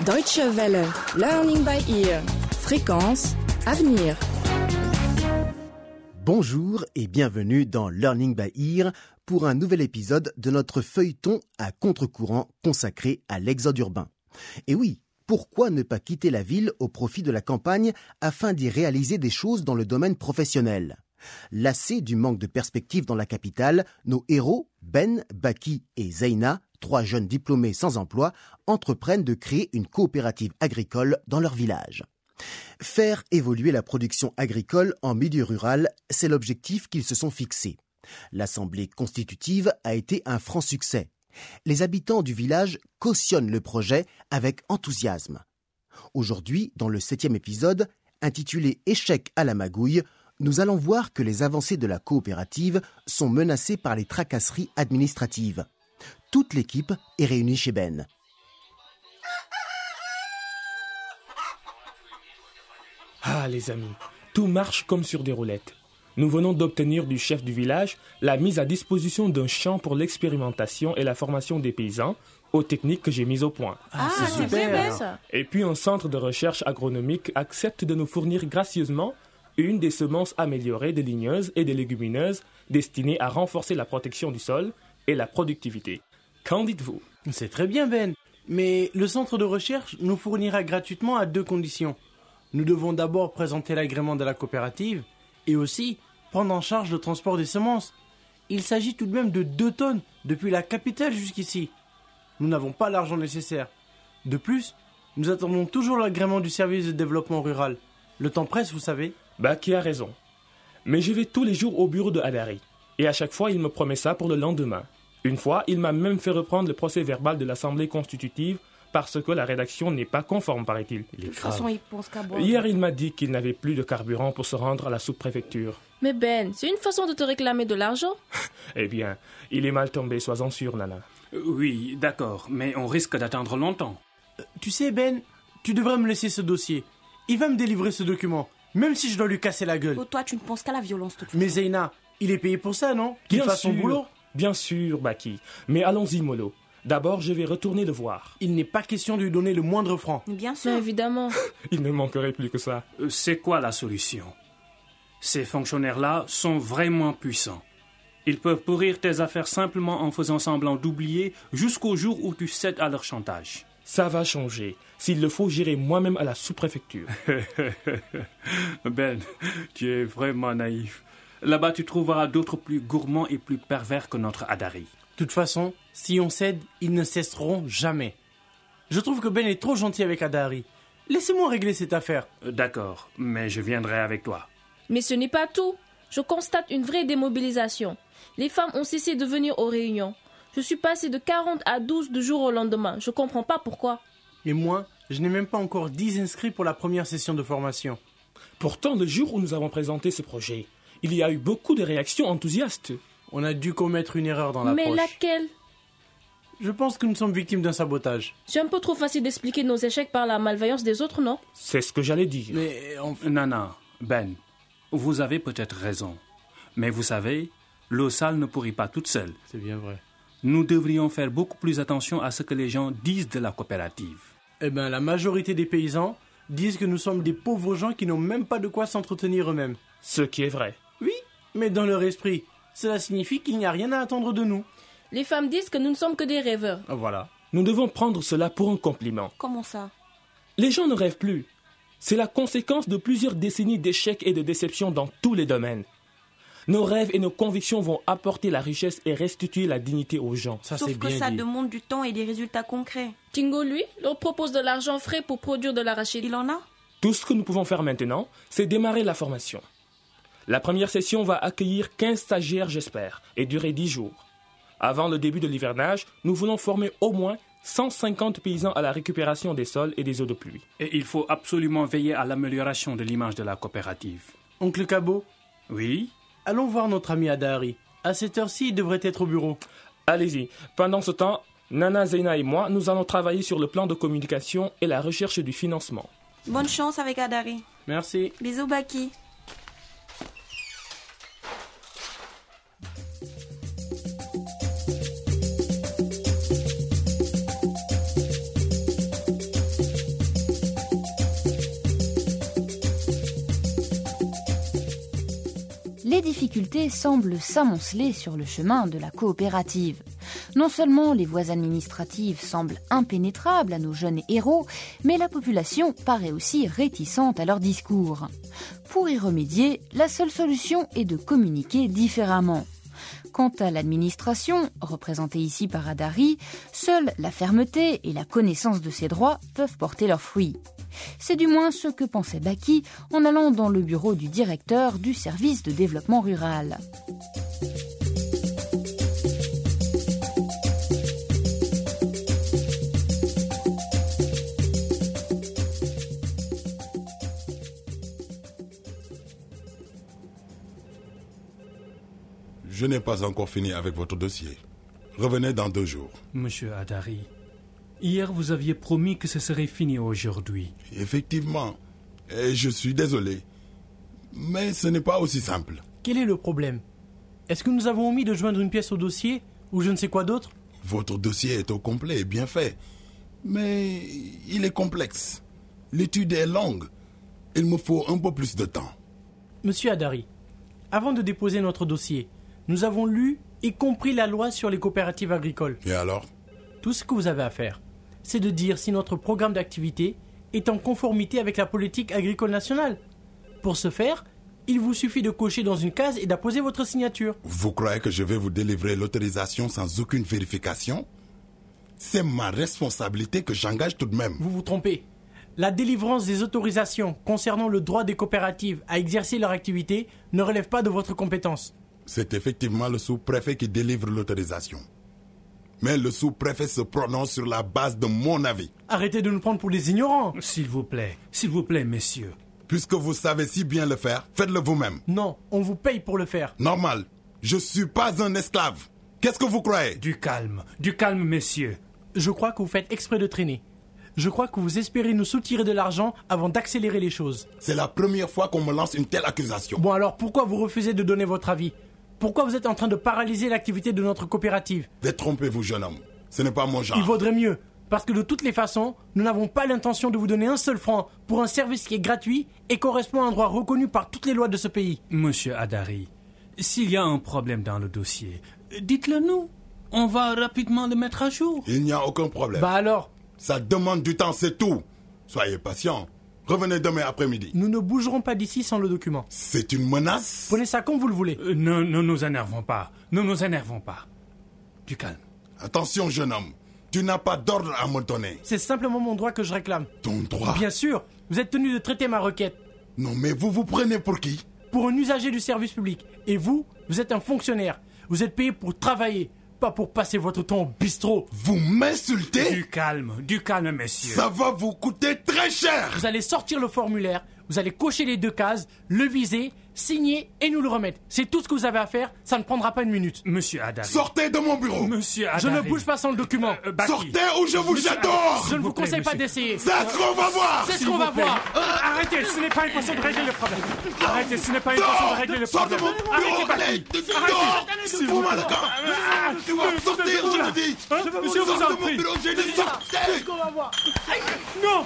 Deutsche Welle. Learning by ear. Fréquence avenir. Bonjour et bienvenue dans Learning by Ear pour un nouvel épisode de notre feuilleton à contre-courant consacré à l'exode urbain. Et oui, pourquoi ne pas quitter la ville au profit de la campagne afin d'y réaliser des choses dans le domaine professionnel ? Lassés du manque de perspectives dans la capitale, nos héros, Ben, Baki et Zeina, 3 jeunes diplômés sans emploi, entreprennent de créer une coopérative agricole dans leur village. Faire évoluer la production agricole en milieu rural, c'est l'objectif qu'ils se sont fixés. L'assemblée constitutive a été un franc succès. Les habitants du village cautionnent le projet avec enthousiasme. Aujourd'hui, dans le 7e épisode, intitulé « Échec à la magouille », nous allons voir que les avancées de la coopérative sont menacées par les tracasseries administratives. Toute l'équipe est réunie chez Ben. Ah les amis, tout marche comme sur des roulettes. Nous venons d'obtenir du chef du village la mise à disposition d'un champ pour l'expérimentation et la formation des paysans aux techniques que j'ai mises au point. C'est super ça. Et puis un centre de recherche agronomique accepte de nous fournir gracieusement une des semences améliorées des ligneuses et des légumineuses destinées à renforcer la protection du sol et la productivité. Qu'en dites-vous ? C'est très bien Ben, mais le centre de recherche nous fournira gratuitement à 2 conditions. Nous devons d'abord présenter l'agrément de la coopérative et aussi prendre en charge le transport des semences. Il s'agit tout de même de 2 tonnes depuis la capitale jusqu'ici. Nous n'avons pas l'argent nécessaire. De plus, nous attendons toujours l'agrément du service de développement rural. Le temps presse, vous savez. Baki a raison. Mais je vais tous les jours au bureau de Hadari. Et à chaque fois, il me promet ça pour le lendemain. Une fois, il m'a même fait reprendre le procès-verbal de l'Assemblée constitutive parce que la rédaction n'est pas conforme, paraît-il. De toute façon, il pense qu'à boire. Hier, il m'a dit qu'il n'avait plus de carburant pour se rendre à la sous-préfecture. Mais Ben, c'est une façon de te réclamer de l'argent. Eh bien, il est mal tombé, sois-en sûr, Nana. Oui, d'accord, mais on risque d'attendre longtemps. Tu sais Ben, tu devrais me laisser ce dossier. Il va me délivrer ce document, même si je dois lui casser la gueule. Oh, toi, tu ne penses qu'à la violence de tout. Mais Zeina, il est payé pour ça, non ? Qu'il fasse son boulot. Bien sûr, Baki. Mais allons-y, mollo. D'abord, je vais retourner le voir. Il n'est pas question de lui donner le moindre franc. Bien sûr. Mais évidemment. Il ne manquerait plus que ça. C'est quoi la solution ? Ces fonctionnaires-là sont vraiment puissants. Ils peuvent pourrir tes affaires simplement en faisant semblant d'oublier jusqu'au jour où tu cèdes à leur chantage. Ça va changer. S'il le faut, j'irai moi-même à la sous-préfecture. Ben, tu es vraiment naïf. Là-bas, tu trouveras d'autres plus gourmands et plus pervers que notre Hadari. De toute façon, si on cède, ils ne cesseront jamais. Je trouve que Ben est trop gentil avec Hadari. Laissez-moi régler cette affaire. D'accord, mais je viendrai avec toi. Mais ce n'est pas tout. Je constate une vraie démobilisation. Les femmes ont cessé de venir aux réunions. Je suis passée de 40 à 12 du jour au lendemain. Je comprends pas pourquoi. Et moi, je n'ai même pas encore 10 inscrits pour la première session de formation. Pourtant, le jour où nous avons présenté ce projet, il y a eu beaucoup de réactions enthousiastes. On a dû commettre une erreur dans l'approche. Mais laquelle ? Je pense que nous sommes victimes d'un sabotage. C'est un peu trop facile d'expliquer nos échecs par la malveillance des autres, non ? C'est ce que j'allais dire. Mais Nana, Ben, vous avez peut-être raison. Mais vous savez, l'eau sale ne pourrit pas toute seule. c'est bien vrai. Nous devrions faire beaucoup plus attention à ce que les gens disent de la coopérative. Eh bien, la majorité des paysans disent que nous sommes des pauvres gens qui n'ont même pas de quoi s'entretenir eux-mêmes. Ce qui est vrai. Oui, mais dans leur esprit, cela signifie qu'il n'y a rien à attendre de nous. Les femmes disent que nous ne sommes que des rêveurs. Voilà. Nous devons prendre cela pour un compliment. Comment ça ? Les gens ne rêvent plus. C'est la conséquence de plusieurs décennies d'échecs et de déceptions dans tous les domaines. Nos rêves et nos convictions vont apporter la richesse et restituer la dignité aux gens. Ça, Sauf c'est que bien ça dit. demande du temps et des résultats concrets. Tingo, lui, leur propose de l'argent frais pour produire de l'arachide. Il en a ? Tout ce que nous pouvons faire maintenant, c'est démarrer la formation. La première session va accueillir 15 stagiaires, j'espère, et durer 10 jours. Avant le début de l'hivernage, nous voulons former au moins 150 paysans à la récupération des sols et des eaux de pluie. Et il faut absolument veiller à l'amélioration de l'image de la coopérative. Oncle Cabot, Oui ? allons voir notre ami Hadari. À cette heure-ci, il devrait être au bureau. Allez-y. Pendant ce temps, Nana, Zeina et moi, nous allons travailler sur le plan de communication et la recherche du financement. Bonne chance avec Hadari. Merci. Bisous, Baki. difficultés semblent s'amonceler sur le chemin de la coopérative. Non seulement les voies administratives semblent impénétrables à nos jeunes héros, mais la population paraît aussi réticente à leur discours. Pour y remédier, la seule solution est de communiquer différemment. Quant à l'administration, représentée ici par Adari, seule la fermeté et la connaissance de ses droits peuvent porter leurs fruits. C'est du moins ce que pensait Baki en allant dans le bureau du directeur du service de développement rural. Je n'ai pas encore fini avec votre dossier. Revenez dans 2 jours. Monsieur Adari, hier vous aviez promis que ce serait fini aujourd'hui. Effectivement, et je suis désolé. Mais ce n'est pas aussi simple. Quel est le problème? Est-ce que nous avons omis de joindre une pièce au dossier ou je ne sais quoi d'autre? Votre dossier est au complet et bien fait. Mais il est complexe. L'étude est longue. Il me faut un peu plus de temps. Monsieur Adari, avant de déposer notre dossier, nous avons lu et compris la loi sur les coopératives agricoles. Et alors? Tout ce que vous avez à faire, c'est de dire si notre programme d'activité est en conformité avec la politique agricole nationale. Pour ce faire, il vous suffit de cocher dans une case et d'apposer votre signature. Vous croyez que je vais vous délivrer l'autorisation sans aucune vérification? C'est ma responsabilité que j'engage tout de même. Vous vous trompez. La délivrance des autorisations concernant le droit des coopératives à exercer leur activité ne relève pas de votre compétence. C'est effectivement le sous-préfet qui délivre l'autorisation. Mais le sous-préfet se prononce sur la base de mon avis. Arrêtez de nous prendre pour des ignorants. S'il vous plaît, messieurs. Puisque vous savez si bien le faire, faites-le vous-même. Non, on vous paye pour le faire. Normal. Je suis pas un esclave. Qu'est-ce que vous croyez? Du calme, messieurs. Je crois que vous faites exprès de traîner. Je crois que vous espérez nous soutirer de l'argent avant d'accélérer les choses. C'est la première fois qu'on me lance une telle accusation. Bon alors, pourquoi vous refusez de donner votre avis? Pourquoi vous êtes en train de paralyser l'activité de notre coopérative? Détrompez-vous, jeune homme. Ce n'est pas mon genre. Il vaudrait mieux, parce que de toutes les façons, nous n'avons pas l'intention de vous donner un seul franc pour un service qui est gratuit et correspond à un droit reconnu par toutes les lois de ce pays. Monsieur Adari, s'il y a un problème dans le dossier, dites-le nous. On va rapidement le mettre à jour. Il n'y a aucun problème. Bah alors? Ça demande du temps, c'est tout. Soyez patient. Revenez demain après-midi. Nous ne bougerons pas d'ici sans le document. C'est une menace? Prenez ça comme vous le voulez. Ne nous énervons pas. Du calme. Attention, jeune homme. Tu n'as pas d'ordre à me donner. C'est simplement mon droit que je réclame. Ton droit? Bien sûr. Vous êtes tenu de traiter ma requête. Non, mais vous vous prenez pour qui? Pour un usager du service public. Et vous êtes un fonctionnaire. Vous êtes payé pour travailler, pas pour passer votre temps au bistrot. Vous m'insultez? Du calme, messieurs. Ça va vous coûter très cher. Vous allez sortir le formulaire, vous allez cocher les 2 cases, le viser, signer et nous le remettre. C'est tout ce que vous avez à faire, ça ne prendra pas 1 minute. Monsieur Adari. Sortez de mon bureau. Monsieur Adari. Je ne bouge pas sans le document. Sortez ou je vous jette dehors. Je ne vous conseille pas d'essayer. C'est ce qu'on va voir. C'est ce qu'on va voir. Arrêtez, ce n'est pas une façon de régler le problème. Arrêtez, ce n'est pas une façon de régler le Sors de problème. mon bureau. Allez, dehors. Fous-moi le camp. Tu vas sortir, je le dis. Monsieur, vous Sors en de mon prie. bureau, j'ai dit sortez. C'est ce qu'on va voir. Non.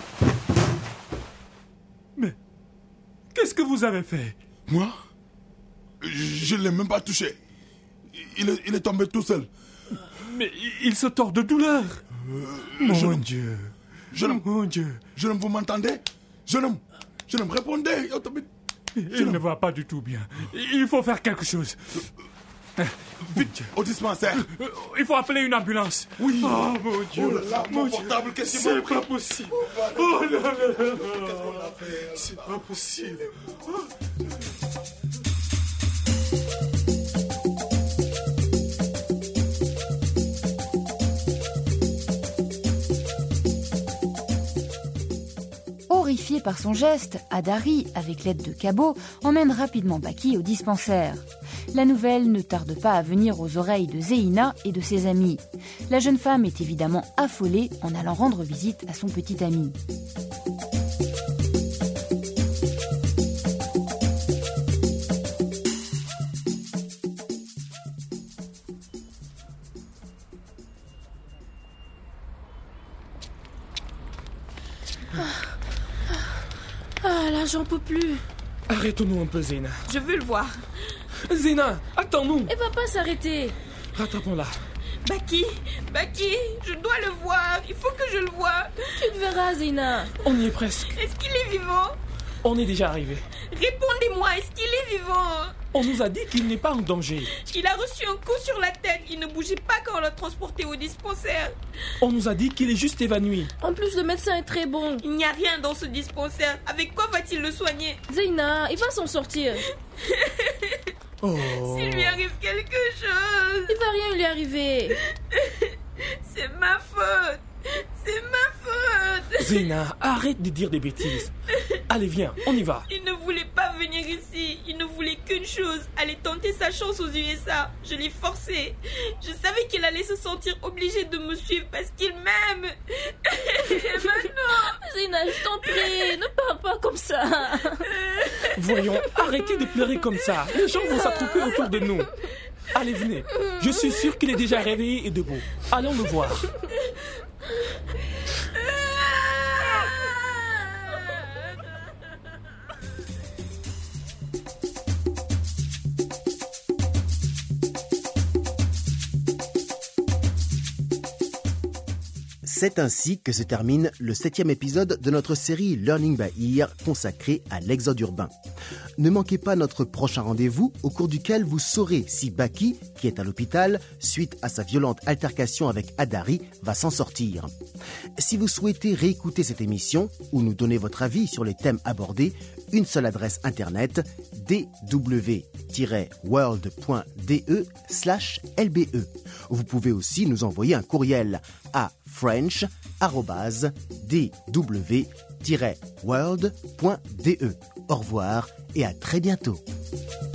Mais qu'est-ce que vous avez fait? Moi? Je ne l'ai même pas touché. Il est tombé tout seul. Mais il se tord de douleur. Mon Dieu. Jeune homme, Mon Dieu. jeune homme, vous m'entendez? Jeune homme, répondez. Il ne va pas du tout bien. Il faut faire quelque chose. Vite, au dispensaire. Il faut appeler une ambulance. Oui. Oh mon Dieu. Oh là là, mon portable, qu'est-ce qui m'a C'est pris? pas possible. Oh là là là. Qu'est-ce qu'on a fait? C'est pas possible. Horrifié par son geste, Adari, avec l'aide de Cabot, emmène rapidement Baki au dispensaire. La nouvelle ne tarde pas à venir aux oreilles de Zéina et de ses amis. La jeune femme est évidemment affolée en allant rendre visite à son petit ami. Ah là, j'en peux plus. Arrêtons-nous un peu, Zéna. Je veux le voir. Zéna, attends-nous. Elle va pas s'arrêter. Rattrapons-la. Baki, je dois le voir. Il faut que je le voie. Tu le verras, Zéna. On y est presque. Est-ce qu'il est vivant? On est déjà arrivé. Répondez-moi, est-ce qu'il est vivant? On nous a dit qu'il n'est pas en danger. Il a reçu un coup sur la tête. Il ne bougeait pas quand on l'a transporté au dispensaire. On nous a dit qu'il est juste évanoui. En plus, le médecin est très bon. Il n'y a rien dans ce dispensaire. Avec quoi va-t-il le soigner? Zéna, il va s'en sortir. Oh. S'il lui arrive quelque chose, Il va rien lui arriver. c'est ma faute. C'est ma faute. Zéna, arrête de dire des bêtises. Allez, viens, on y va. Il ne voulait pas venir ici. Il ne voulait qu'une chose, aller tenter sa chance aux USA. Je l'ai forcé. Je savais qu'il allait se sentir obligé de me suivre parce qu'il m'aime. Et maintenant... Zéna, je t'en prie, ne parle pas comme ça. Voyons, arrêtez de pleurer comme ça. Les gens vont s'attrouper autour de nous. Allez, venez. Je suis sûr qu'il est déjà réveillé et debout. Allons le voir. C'est ainsi que se termine le 7e épisode de notre série Learning by Ear consacrée à l'exode urbain. Ne manquez pas notre prochain rendez-vous au cours duquel vous saurez si Baki, qui est à l'hôpital suite à sa violente altercation avec Adari, va s'en sortir. Si vous souhaitez réécouter cette émission ou nous donner votre avis sur les thèmes abordés, une seule adresse internet dw-world.de/lbe. Vous pouvez aussi nous envoyer un courriel à french@dw-world.de. Au revoir et à très bientôt.